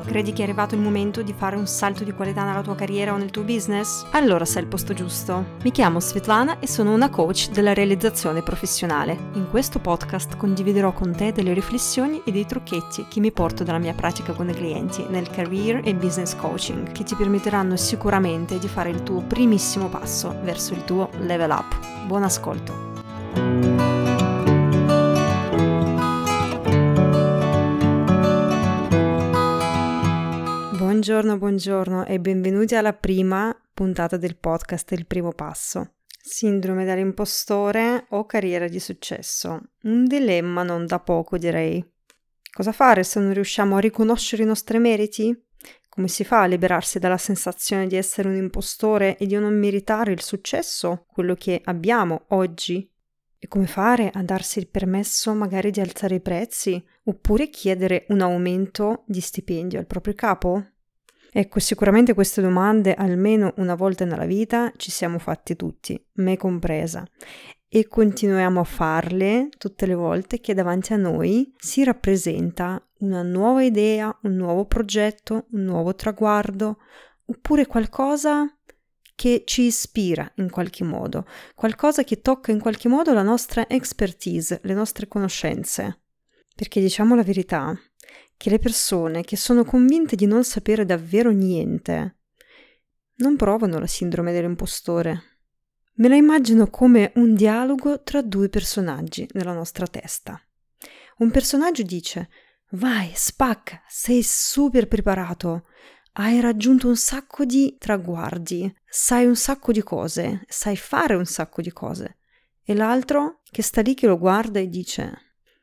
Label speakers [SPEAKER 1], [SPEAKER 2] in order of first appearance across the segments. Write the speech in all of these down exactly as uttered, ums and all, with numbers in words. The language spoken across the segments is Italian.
[SPEAKER 1] Credi che è arrivato il momento di fare un salto di qualità nella tua carriera o nel tuo business? Allora sei al posto giusto. Mi chiamo Svetlana e sono una coach della realizzazione professionale. In questo podcast condividerò con te delle riflessioni e dei trucchetti che mi porto dalla mia pratica con i clienti nel career e business coaching, che ti permetteranno sicuramente di fare il tuo primissimo passo verso il tuo level up. Buon ascolto! Buongiorno, buongiorno e benvenuti alla prima puntata del podcast Il primo passo. Sindrome dell'impostore o carriera di successo? Un dilemma non da poco, direi. Cosa fare se non riusciamo a riconoscere i nostri meriti? Come si fa a liberarsi dalla sensazione di essere un impostore e di non meritare il successo, quello che abbiamo oggi? E come fare a darsi il permesso magari di alzare i prezzi oppure chiedere un aumento di stipendio al proprio capo? Ecco, sicuramente queste domande almeno una volta nella vita ci siamo fatti tutti, me compresa, e continuiamo a farle tutte le volte che davanti a noi si rappresenta una nuova idea, un nuovo progetto, un nuovo traguardo, oppure qualcosa che ci ispira in qualche modo, qualcosa che tocca in qualche modo la nostra expertise, le nostre conoscenze. Perché diciamo la verità, che le persone che sono convinte di non sapere davvero niente non provano la sindrome dell'impostore. Me la immagino come un dialogo tra due personaggi nella nostra testa. Un personaggio dice: vai, spacca, sei super preparato, hai raggiunto un sacco di traguardi, sai un sacco di cose, sai fare un sacco di cose. E l'altro che sta lì che lo guarda e dice: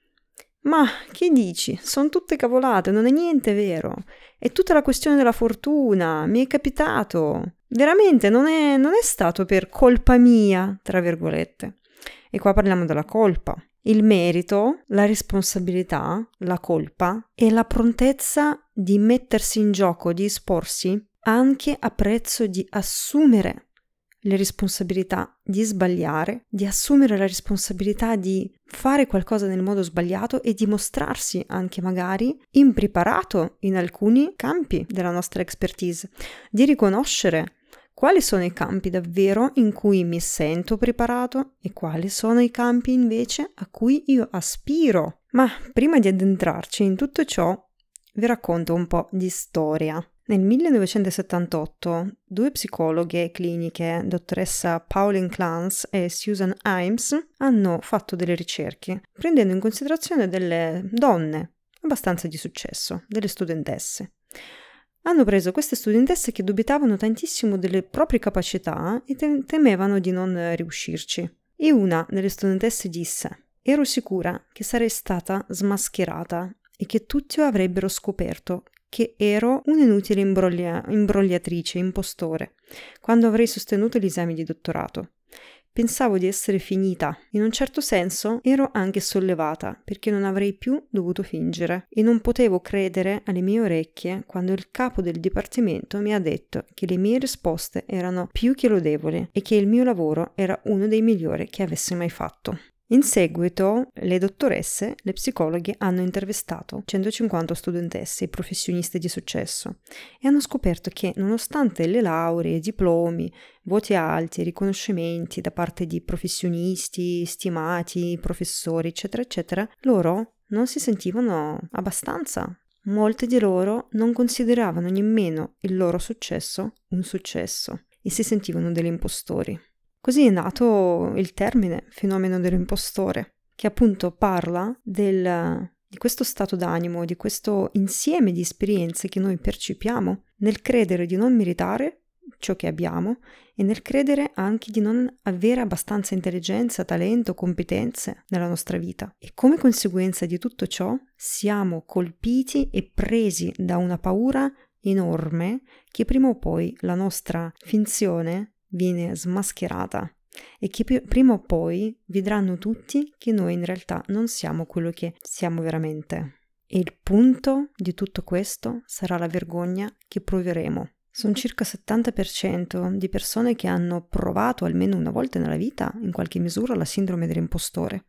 [SPEAKER 1] ma che dici? Sono tutte cavolate, non è niente vero. È tutta la questione della fortuna, mi è capitato. Veramente non è, non è stato per colpa mia, tra virgolette. E qua parliamo della colpa. Il merito, la responsabilità, la colpa e la prontezza di mettersi in gioco, di esporsi, anche a prezzo di assumere le responsabilità di sbagliare, di assumere la responsabilità di fare qualcosa nel modo sbagliato e di mostrarsi anche magari impreparato in alcuni campi della nostra expertise, di riconoscere quali sono i campi davvero in cui mi sento preparato e quali sono i campi invece a cui io aspiro. Ma prima di addentrarci in tutto ciò, vi racconto un po' di storia. Nel millenovecentosettantotto, due psicologhe cliniche, dottoressa Pauline Clance e Susan Imes, hanno fatto delle ricerche, prendendo in considerazione delle donne abbastanza di successo, delle studentesse. Hanno preso queste studentesse che dubitavano tantissimo delle proprie capacità e temevano di non riuscirci. E una delle studentesse disse: ero sicura che sarei stata smascherata e che tutti avrebbero scoperto che ero un'inutile imbroglia- imbrogliatrice, impostore, quando avrei sostenuto gli esami di dottorato. Pensavo di essere finita. In un certo senso ero anche sollevata, perché non avrei più dovuto fingere. E non potevo credere alle mie orecchie quando il capo del dipartimento mi ha detto che le mie risposte erano più che lodevoli e che il mio lavoro era uno dei migliori che avessi mai fatto. In seguito, le dottoresse, le psicologhe, hanno intervistato centocinquanta studentesse e professionisti di successo e hanno scoperto che, nonostante le lauree, diplomi, voti alti, riconoscimenti da parte di professionisti, stimati, professori, eccetera, eccetera, loro non si sentivano abbastanza. Molte di loro non consideravano nemmeno il loro successo un successo e si sentivano degli impostori. Così è nato il termine fenomeno dell'impostore, che appunto parla del, di questo stato d'animo, di questo insieme di esperienze che noi percepiamo nel credere di non meritare ciò che abbiamo e nel credere anche di non avere abbastanza intelligenza, talento, competenze nella nostra vita. E come conseguenza di tutto ciò siamo colpiti e presi da una paura enorme che prima o poi la nostra finzione viene smascherata e che p- prima o poi vedranno tutti che noi in realtà non siamo quello che siamo veramente. E il punto di tutto questo sarà la vergogna che proveremo. Sono circa settanta per cento di persone che hanno provato almeno una volta nella vita, in qualche misura, la sindrome dell'impostore.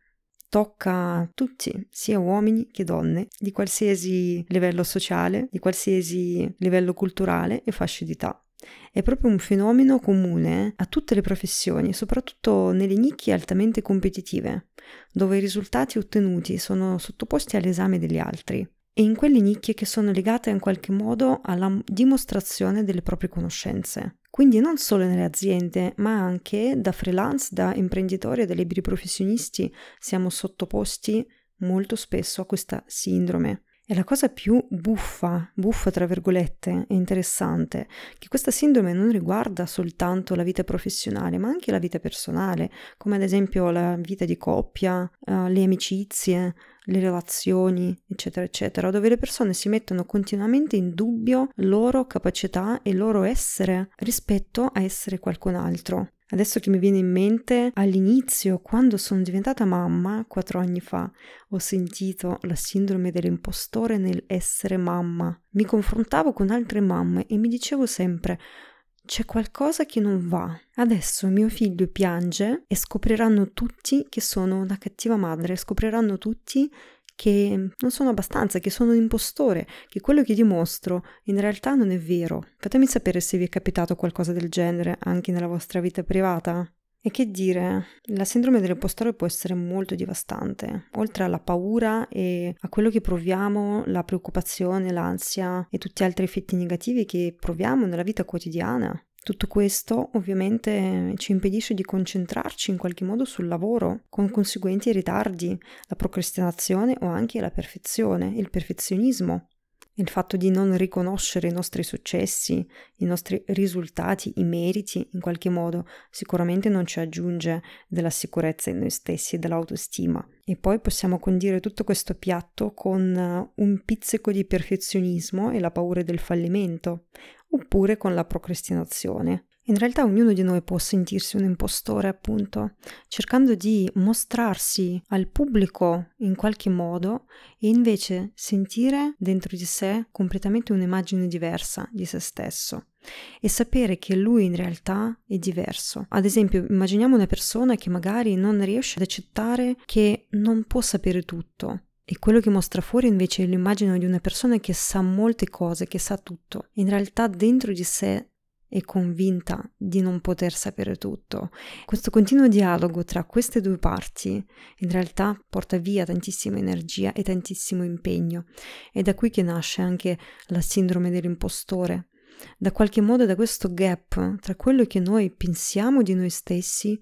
[SPEAKER 1] tocca tutti, sia uomini che donne, di qualsiasi livello sociale, di qualsiasi livello culturale e fascia d'età. È proprio un fenomeno comune a tutte le professioni, soprattutto nelle nicchie altamente competitive, dove i risultati ottenuti sono sottoposti all'esame degli altri, e in quelle nicchie che sono legate in qualche modo alla dimostrazione delle proprie conoscenze. Quindi non solo nelle aziende, ma anche da freelance, da imprenditori e da liberi professionisti siamo sottoposti molto spesso a questa sindrome. E la cosa più buffa, buffa tra virgolette, e interessante, che questa sindrome non riguarda soltanto la vita professionale, ma anche la vita personale, come ad esempio la vita di coppia, uh, le amicizie, le relazioni, eccetera, eccetera, dove le persone si mettono continuamente in dubbio loro capacità e loro essere rispetto a essere qualcun altro. Adesso che mi viene in mente, all'inizio, quando sono diventata mamma, quattro anni fa, ho sentito la sindrome dell'impostore nell'essere mamma. Mi confrontavo con altre mamme e mi dicevo sempre: c'è qualcosa che non va. Adesso mio figlio piange e scopriranno tutti che sono una cattiva madre, scopriranno tutti che non sono abbastanza, che sono un impostore, che quello che dimostro in realtà non è vero. Fatemi sapere se vi è capitato qualcosa del genere anche nella vostra vita privata. E che dire, la sindrome dell'impostore può essere molto devastante. Oltre alla paura e a quello che proviamo, la preoccupazione, l'ansia e tutti altri effetti negativi che proviamo nella vita quotidiana. Tutto questo ovviamente ci impedisce di concentrarci in qualche modo sul lavoro, con conseguenti ritardi, la procrastinazione o anche la perfezione, il perfezionismo. Il fatto di non riconoscere i nostri successi, i nostri risultati, i meriti in qualche modo sicuramente non ci aggiunge della sicurezza in noi stessi e dell'autostima. E poi possiamo condire tutto questo piatto con un pizzico di perfezionismo e la paura del fallimento, oppure con la procrastinazione. In realtà ognuno di noi può sentirsi un impostore, appunto, cercando di mostrarsi al pubblico in qualche modo e invece sentire dentro di sé completamente un'immagine diversa di se stesso e sapere che lui in realtà è diverso. Ad esempio, immaginiamo una persona che magari non riesce ad accettare che non può sapere tutto. E quello che mostra fuori invece è l'immagine di una persona che sa molte cose, che sa tutto. In realtà dentro di sé è convinta di non poter sapere tutto. Questo continuo dialogo tra queste due parti in realtà porta via tantissima energia e tantissimo impegno. È da qui che nasce anche la sindrome dell'impostore. Da qualche modo da questo gap tra quello che noi pensiamo di noi stessi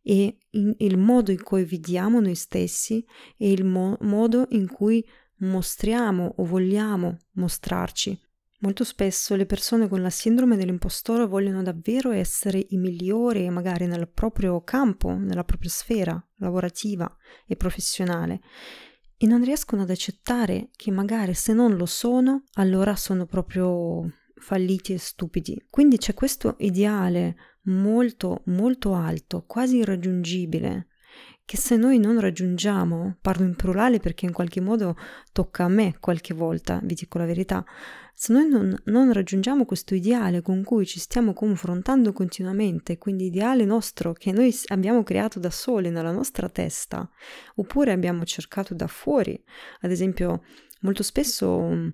[SPEAKER 1] e in, il modo in cui vediamo noi stessi e il mo- modo in cui mostriamo o vogliamo mostrarci. Molto spesso le persone con la sindrome dell'impostore vogliono davvero essere i migliori magari nel proprio campo, nella propria sfera lavorativa e professionale e non riescono ad accettare che magari se non lo sono, allora sono proprio falliti e stupidi. Quindi c'è questo ideale molto molto alto, quasi irraggiungibile, che se noi non raggiungiamo, parlo in plurale perché in qualche modo tocca a me qualche volta, vi dico la verità, se noi non, non raggiungiamo questo ideale con cui ci stiamo confrontando continuamente, quindi ideale nostro che noi abbiamo creato da soli nella nostra testa, oppure abbiamo cercato da fuori, ad esempio molto spesso uh,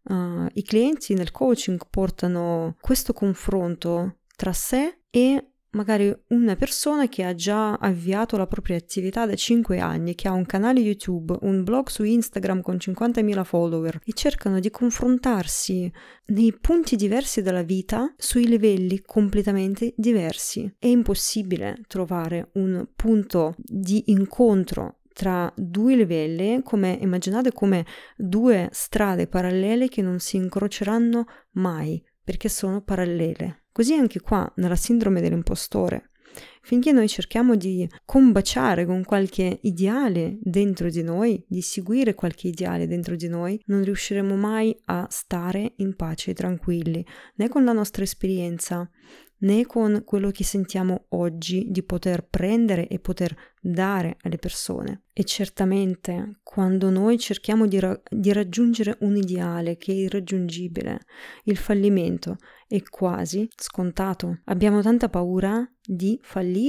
[SPEAKER 1] i clienti nel coaching portano questo confronto tra sé e magari una persona che ha già avviato la propria attività da cinque anni, che ha un canale YouTube, un blog su Instagram con cinquantamila follower e cercano di confrontarsi nei punti diversi della vita sui livelli completamente diversi. È impossibile trovare un punto di incontro tra due livelli, come immaginate come due strade parallele che non si incroceranno mai, perché sono parallele. Così anche qua, nella sindrome dell'impostore. Finché noi cerchiamo di combaciare con qualche ideale dentro di noi, di seguire qualche ideale dentro di noi, non riusciremo mai a stare in pace e tranquilli, né con la nostra esperienza, né con quello che sentiamo oggi di poter prendere e poter dare alle persone. E certamente quando noi cerchiamo di, ra- di raggiungere un ideale che è irraggiungibile, il fallimento è quasi scontato. Abbiamo tanta paura di fallire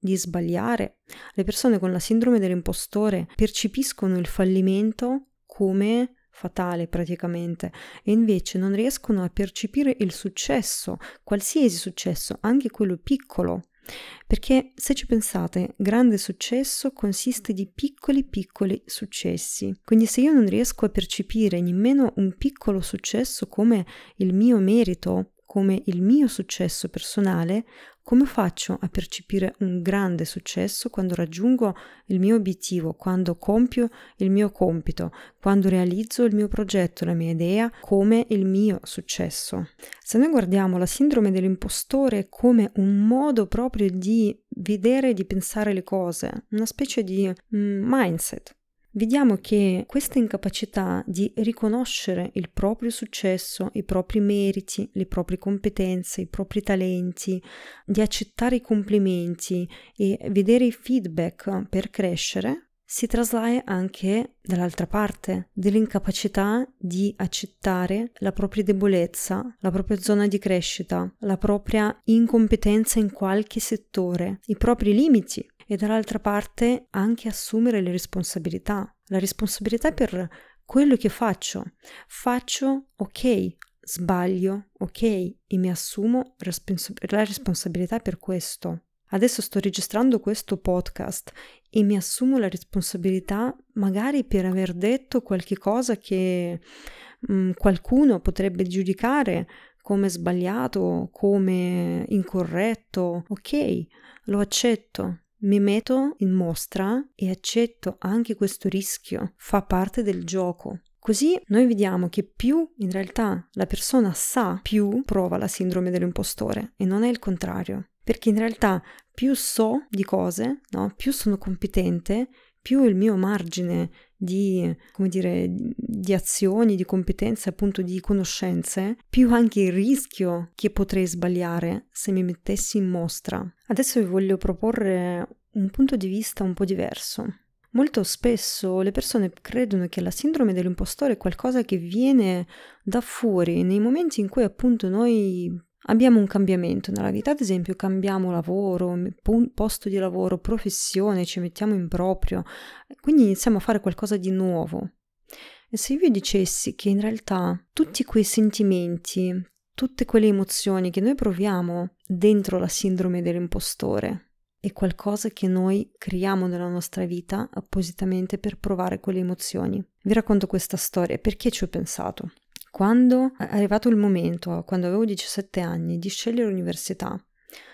[SPEAKER 1] di sbagliare. Le persone con la sindrome dell'impostore percepiscono il fallimento come fatale praticamente e invece non riescono a percepire il successo, qualsiasi successo, anche quello piccolo. Perché se ci pensate, grande successo consiste di piccoli piccoli successi. Quindi se io non riesco a percepire nemmeno un piccolo successo come il mio merito, come il mio successo personale, come faccio a percepire un grande successo quando raggiungo il mio obiettivo, quando compio il mio compito, quando realizzo il mio progetto, la mia idea come il mio successo? Se noi guardiamo la sindrome dell'impostore come un modo proprio di vedere e di pensare le cose, una specie di mm, mindset, vediamo che questa incapacità di riconoscere il proprio successo, i propri meriti, le proprie competenze, i propri talenti, di accettare i complimenti e vedere i feedback per crescere, si traslae anche dall'altra parte, dell'incapacità di accettare la propria debolezza, la propria zona di crescita, la propria incompetenza in qualche settore, i propri limiti. E dall'altra parte anche assumere le responsabilità, la responsabilità per quello che faccio. Faccio, ok, sbaglio, ok, e mi assumo respons- la responsabilità per questo. Adesso sto registrando questo podcast e mi assumo la responsabilità magari per aver detto qualche cosa che mh, qualcuno potrebbe giudicare come sbagliato, come incorretto. Ok, lo accetto. Mi metto in mostra e accetto anche questo rischio, fa parte del gioco. Così noi vediamo che più in realtà la persona sa, più prova la sindrome dell'impostore e non è il contrario. Perché in realtà più so di cose, no? Più sono competente, più il mio margine di, come dire, di azioni, di competenze, appunto di conoscenze, più anche il rischio che potrei sbagliare se mi mettessi in mostra. Adesso vi voglio proporre un punto di vista un po' diverso. Molto spesso le persone credono che la sindrome dell'impostore è qualcosa che viene da fuori, nei momenti in cui appunto noi abbiamo un cambiamento nella vita, ad esempio cambiamo lavoro, posto di lavoro, professione, ci mettiamo in proprio, quindi iniziamo a fare qualcosa di nuovo. E se io vi dicessi che in realtà tutti quei sentimenti, tutte quelle emozioni che noi proviamo dentro la sindrome dell'impostore è qualcosa che noi creiamo nella nostra vita appositamente per provare quelle emozioni. Vi racconto questa storia, perché ci ho pensato. Quando è arrivato il momento, quando avevo diciassette anni, di scegliere l'università,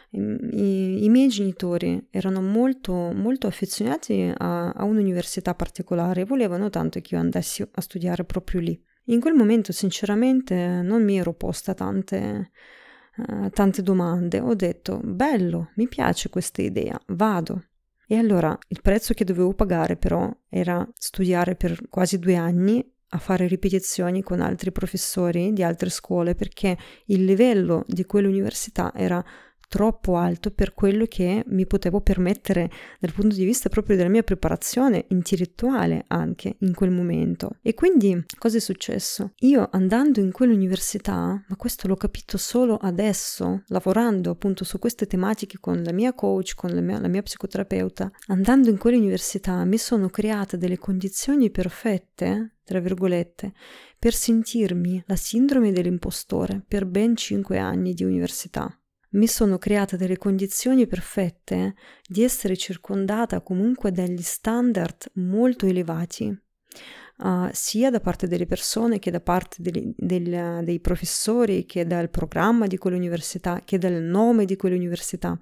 [SPEAKER 1] i, i miei genitori erano molto, molto affezionati a, a un'università particolare e volevano tanto che io andassi a studiare proprio lì. In quel momento, sinceramente, non mi ero posta tante, uh, tante domande. Ho detto, bello, mi piace questa idea, vado. E allora il prezzo che dovevo pagare però era studiare per quasi due anni a fare ripetizioni con altri professori di altre scuole perché il livello di quell'università era troppo alto per quello che mi potevo permettere dal punto di vista proprio della mia preparazione intellettuale anche in quel momento. E quindi cosa è successo? Io andando in quell'università, ma questo l'ho capito solo adesso, lavorando appunto su queste tematiche con la mia coach, con la mia, la mia psicoterapeuta, andando in quell'università mi sono create delle condizioni perfette, tra virgolette, per sentirmi la sindrome dell'impostore per ben cinque anni di università. Mi sono create delle condizioni perfette di essere circondata comunque dagli standard molto elevati, uh, sia da parte delle persone che da parte dei, del, dei professori, che dal programma di quell'università, che dal nome di quell'università.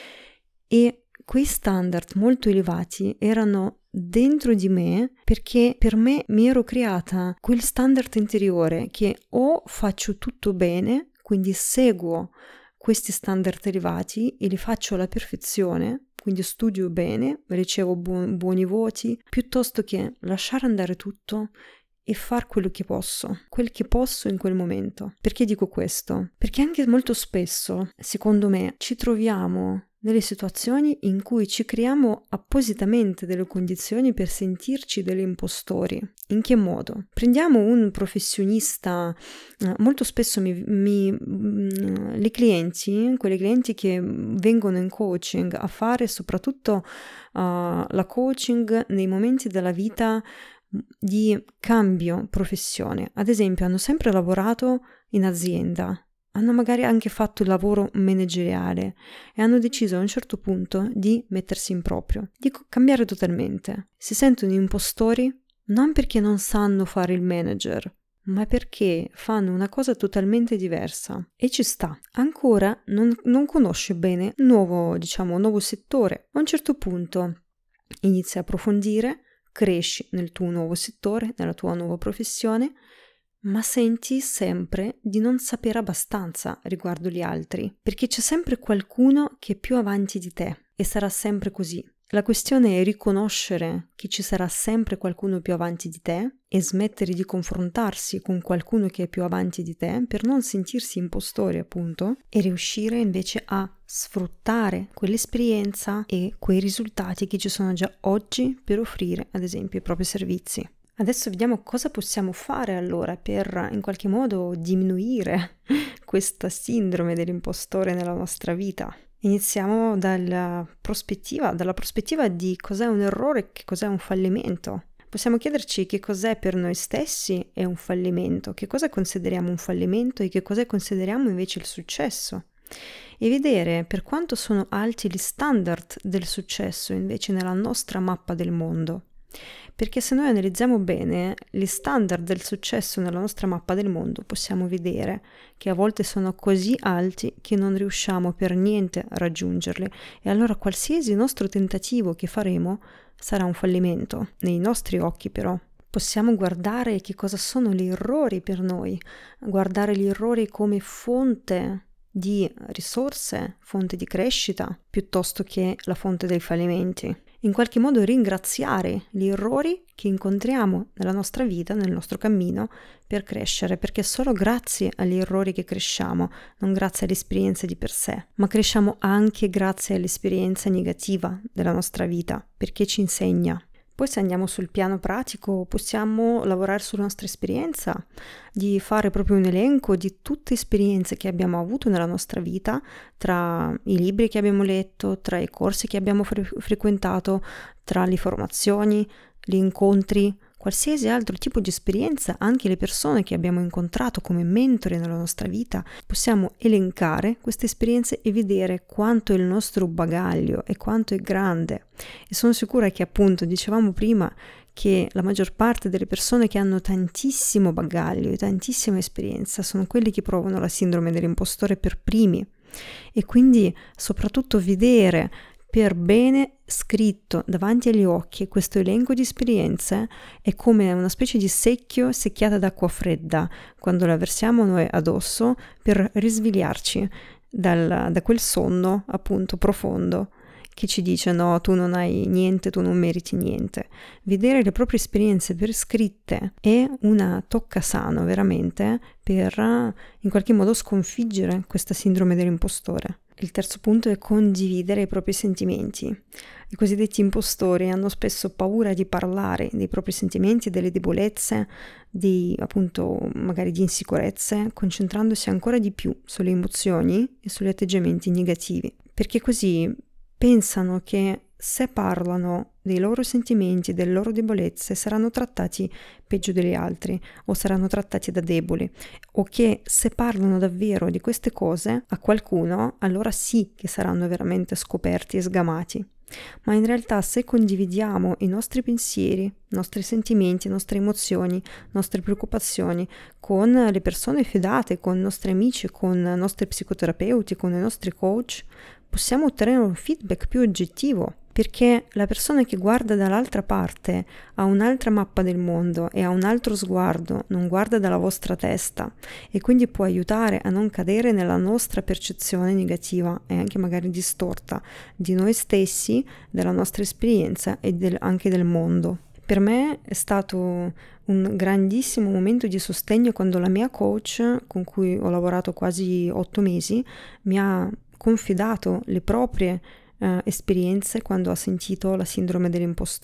[SPEAKER 1] E quei standard molto elevati erano dentro di me perché per me mi ero creata quel standard interiore che o faccio tutto bene, quindi seguo questi standard elevati e li faccio alla perfezione, quindi studio bene, ricevo bu- buoni voti, piuttosto che lasciare andare tutto e far quello che posso, quel che posso in quel momento. Perché dico questo? Perché anche molto spesso, secondo me, ci troviamo nelle situazioni in cui ci creiamo appositamente delle condizioni per sentirci degli impostori. In che modo? Prendiamo un professionista, eh, molto spesso mi, mi, mh, le clienti, quelle clienti che vengono in coaching a fare soprattutto uh, la coaching nei momenti della vita di cambio professione. Ad esempio, hanno sempre lavorato in azienda, hanno magari anche fatto il lavoro manageriale e hanno deciso a un certo punto di mettersi in proprio, di cambiare totalmente. Si sentono impostori non perché non sanno fare il manager, ma perché fanno una cosa totalmente diversa e ci sta. Ancora non, non conosce bene un nuovo, diciamo, un nuovo settore. A un certo punto inizi a approfondire, cresci nel tuo nuovo settore, nella tua nuova professione, ma senti sempre di non sapere abbastanza riguardo gli altri, perché c'è sempre qualcuno che è più avanti di te e sarà sempre così. La questione è riconoscere che ci sarà sempre qualcuno più avanti di te e smettere di confrontarsi con qualcuno che è più avanti di te per non sentirsi impostori, appunto, e riuscire invece a sfruttare quell'esperienza e quei risultati che ci sono già oggi per offrire, ad esempio, i propri servizi. Adesso vediamo cosa possiamo fare allora per in qualche modo diminuire questa sindrome dell'impostore nella nostra vita. Iniziamo dalla prospettiva, dalla prospettiva di cos'è un errore e che cos'è un fallimento. Possiamo chiederci che cos'è per noi stessi è un fallimento, che cosa consideriamo un fallimento e che cosa consideriamo invece il successo. E vedere per quanto sono alti gli standard del successo invece nella nostra mappa del mondo. Perché se noi analizziamo bene gli standard del successo nella nostra mappa del mondo, possiamo vedere che a volte sono così alti che non riusciamo per niente a raggiungerli e allora qualsiasi nostro tentativo che faremo sarà un fallimento, nei nostri occhi però. Possiamo guardare che cosa sono gli errori per noi, guardare gli errori come fonte di risorse, fonte di crescita, piuttosto che la fonte dei fallimenti. In qualche modo ringraziare gli errori che incontriamo nella nostra vita, nel nostro cammino, per crescere, perché è solo grazie agli errori che cresciamo, non grazie all'esperienza di per sé, ma cresciamo anche grazie all'esperienza negativa della nostra vita, perché ci insegna. Poi se andiamo sul piano pratico possiamo lavorare sulla nostra esperienza, di fare proprio un elenco di tutte le esperienze che abbiamo avuto nella nostra vita, tra i libri che abbiamo letto, tra i corsi che abbiamo fre- frequentato, tra le formazioni, gli incontri, qualsiasi altro tipo di esperienza, anche le persone che abbiamo incontrato come mentori nella nostra vita, possiamo elencare queste esperienze e vedere quanto il nostro bagaglio e quanto è grande. E sono sicura che appunto dicevamo prima che la maggior parte delle persone che hanno tantissimo bagaglio e tantissima esperienza sono quelli che provano la sindrome dell'impostore per primi. E quindi soprattutto vedere per bene scritto davanti agli occhi questo elenco di esperienze è come una specie di secchio secchiata d'acqua fredda quando la versiamo noi addosso per risvegliarci dal, da quel sonno appunto profondo che ci dice no, tu non hai niente, tu non meriti niente. Vedere le proprie esperienze per scritte è una toccasana veramente per in qualche modo sconfiggere questa sindrome dell'impostore. Il terzo punto è condividere i propri sentimenti. I cosiddetti impostori hanno spesso paura di parlare dei propri sentimenti, delle debolezze, di appunto magari di insicurezze, concentrandosi ancora di più sulle emozioni e sugli atteggiamenti negativi, perché così pensano che se parlano dei loro sentimenti, delle loro debolezze, saranno trattati peggio degli altri o saranno trattati da deboli, o che se parlano davvero di queste cose a qualcuno, allora sì che saranno veramente scoperti e sgamati. Ma in realtà se condividiamo i nostri pensieri, i nostri sentimenti, le nostre emozioni, le nostre preoccupazioni con le persone fidate, con i nostri amici, con i nostri psicoterapeuti, con i nostri coach, possiamo ottenere un feedback più oggettivo, perché la persona che guarda dall'altra parte ha un'altra mappa del mondo e ha un altro sguardo, non guarda dalla vostra testa e quindi può aiutare a non cadere nella nostra percezione negativa e anche magari distorta di noi stessi, della nostra esperienza e del, anche del mondo. Per me è stato un grandissimo momento di sostegno quando la mia coach, con cui ho lavorato quasi otto mesi, mi ha confidato le proprie Uh, esperienze quando ha sentito la sindrome dell'impostore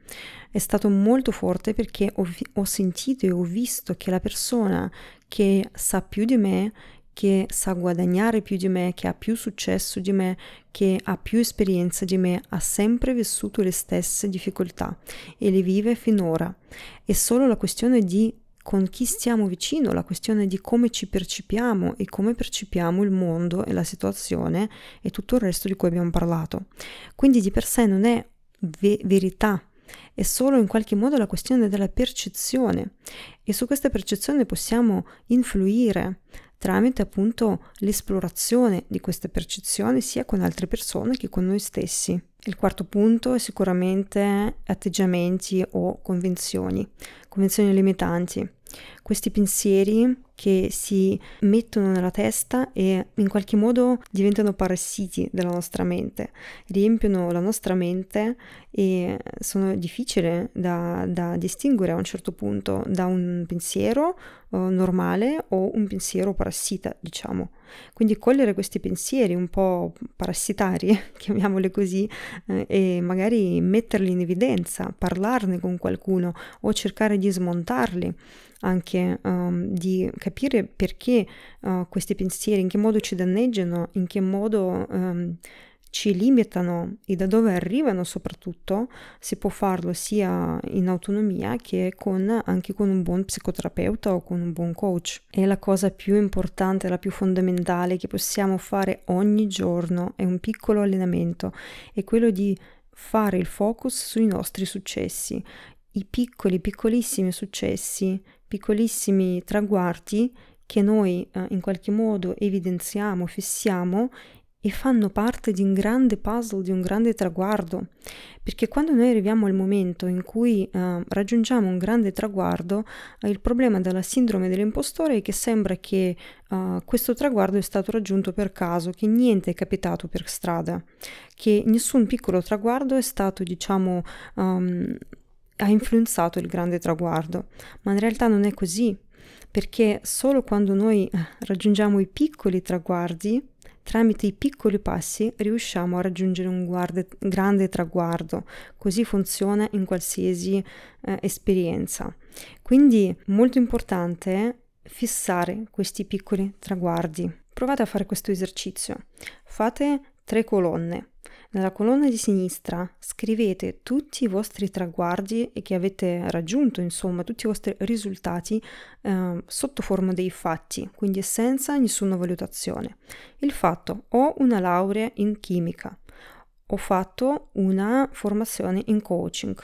[SPEAKER 1] È stato molto forte perché ho, ho sentito e ho visto che la persona che sa più di me, che sa guadagnare più di me, che ha più successo di me, che ha più esperienza di me, ha sempre vissuto le stesse difficoltà e le vive finora. È solo la questione di con chi stiamo vicino, la questione di come ci percepiamo e come percepiamo il mondo e la situazione e tutto il resto di cui abbiamo parlato. Quindi di per sé non è ve- verità, è solo in qualche modo la questione della percezione e su questa percezione possiamo influire tramite appunto l'esplorazione di queste percezioni sia con altre persone che con noi stessi. Il quarto punto è sicuramente atteggiamenti o convinzioni, convinzioni limitanti. Questi pensieri che si mettono nella testa e in qualche modo diventano parassiti della nostra mente, riempiono la nostra mente e sono difficili da, da distinguere a un certo punto da un pensiero uh, normale o un pensiero parassita, diciamo. Quindi cogliere questi pensieri un po' parassitari, chiamiamoli così, eh, e magari metterli in evidenza, parlarne con qualcuno o cercare di smontarli, anche um, di capire perché uh, questi pensieri, in che modo ci danneggiano, in che modo um, ci limitano e da dove arrivano soprattutto. Si può farlo sia in autonomia che con, anche con un buon psicoterapeuta o con un buon coach. È la cosa più importante, la più fondamentale che possiamo fare ogni giorno, è un piccolo allenamento, è quello di fare il focus sui nostri successi, i piccoli, piccolissimi successi, piccolissimi traguardi che noi eh, in qualche modo evidenziamo, fissiamo e fanno parte di un grande puzzle, di un grande traguardo, perché quando noi arriviamo al momento in cui eh, raggiungiamo un grande traguardo, eh, il problema della sindrome dell'impostore è che sembra che eh, questo traguardo è stato raggiunto per caso, che niente è capitato per strada, che nessun piccolo traguardo è stato, diciamo, um, ha influenzato il grande traguardo, ma in realtà non è così, perché solo quando noi raggiungiamo i piccoli traguardi, tramite i piccoli passi riusciamo a raggiungere un guarde, grande traguardo. Così funziona in qualsiasi eh, esperienza. Quindi molto importante fissare questi piccoli traguardi. Provate a fare questo esercizio. Fate tre colonne. Nella colonna di sinistra scrivete tutti i vostri traguardi che avete raggiunto, insomma, tutti i vostri risultati eh, sotto forma dei fatti, quindi senza nessuna valutazione. Il fatto: ho una laurea in chimica, ho fatto una formazione in coaching,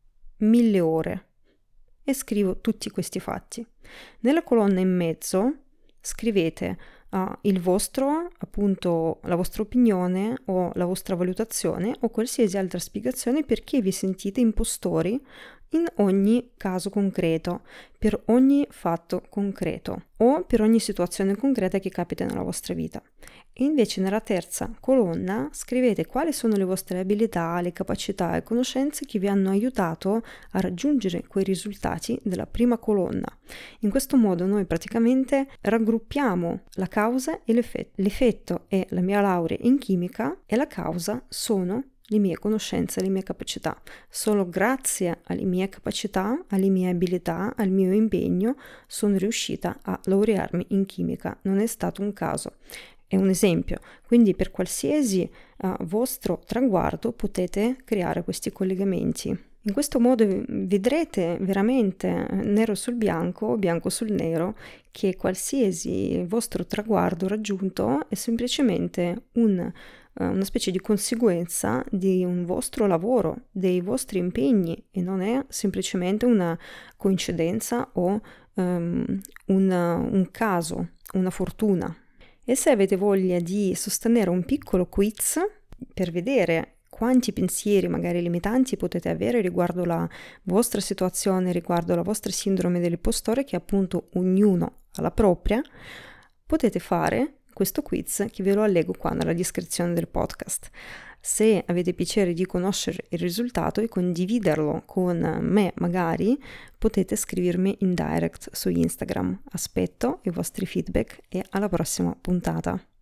[SPEAKER 1] mille ore, e scrivo tutti questi fatti. Nella colonna in mezzo scrivete Uh, il vostro, appunto, la vostra opinione o la vostra valutazione o qualsiasi altra spiegazione perché vi sentite impostori in ogni caso concreto, per ogni fatto concreto o per ogni situazione concreta che capita nella vostra vita. E invece nella terza colonna scrivete quali sono le vostre abilità, le capacità e conoscenze che vi hanno aiutato a raggiungere quei risultati della prima colonna. In questo modo noi praticamente raggruppiamo la causa e l'effetto. L'effetto è la mia laurea in chimica e la causa sono le mie conoscenze, le mie capacità. Solo grazie alle mie capacità, alle mie abilità, al mio impegno sono riuscita a laurearmi in chimica. Non è stato un caso. È un esempio. Quindi per qualsiasi uh, vostro traguardo potete creare questi collegamenti. In questo modo vedrete veramente nero sul bianco, bianco sul nero, che qualsiasi vostro traguardo raggiunto è semplicemente un una specie di conseguenza di un vostro lavoro, dei vostri impegni, e non è semplicemente una coincidenza o um, una, un caso, una fortuna. E se avete voglia di sostenere un piccolo quiz per vedere quanti pensieri magari limitanti potete avere riguardo la vostra situazione, riguardo la vostra sindrome dell'impostore, che appunto ognuno ha la propria, potete fare questo quiz che ve lo allego qua nella descrizione del podcast. Se avete piacere di conoscere il risultato e condividerlo con me magari, potete scrivermi in direct su Instagram. Aspetto i vostri feedback e alla prossima puntata.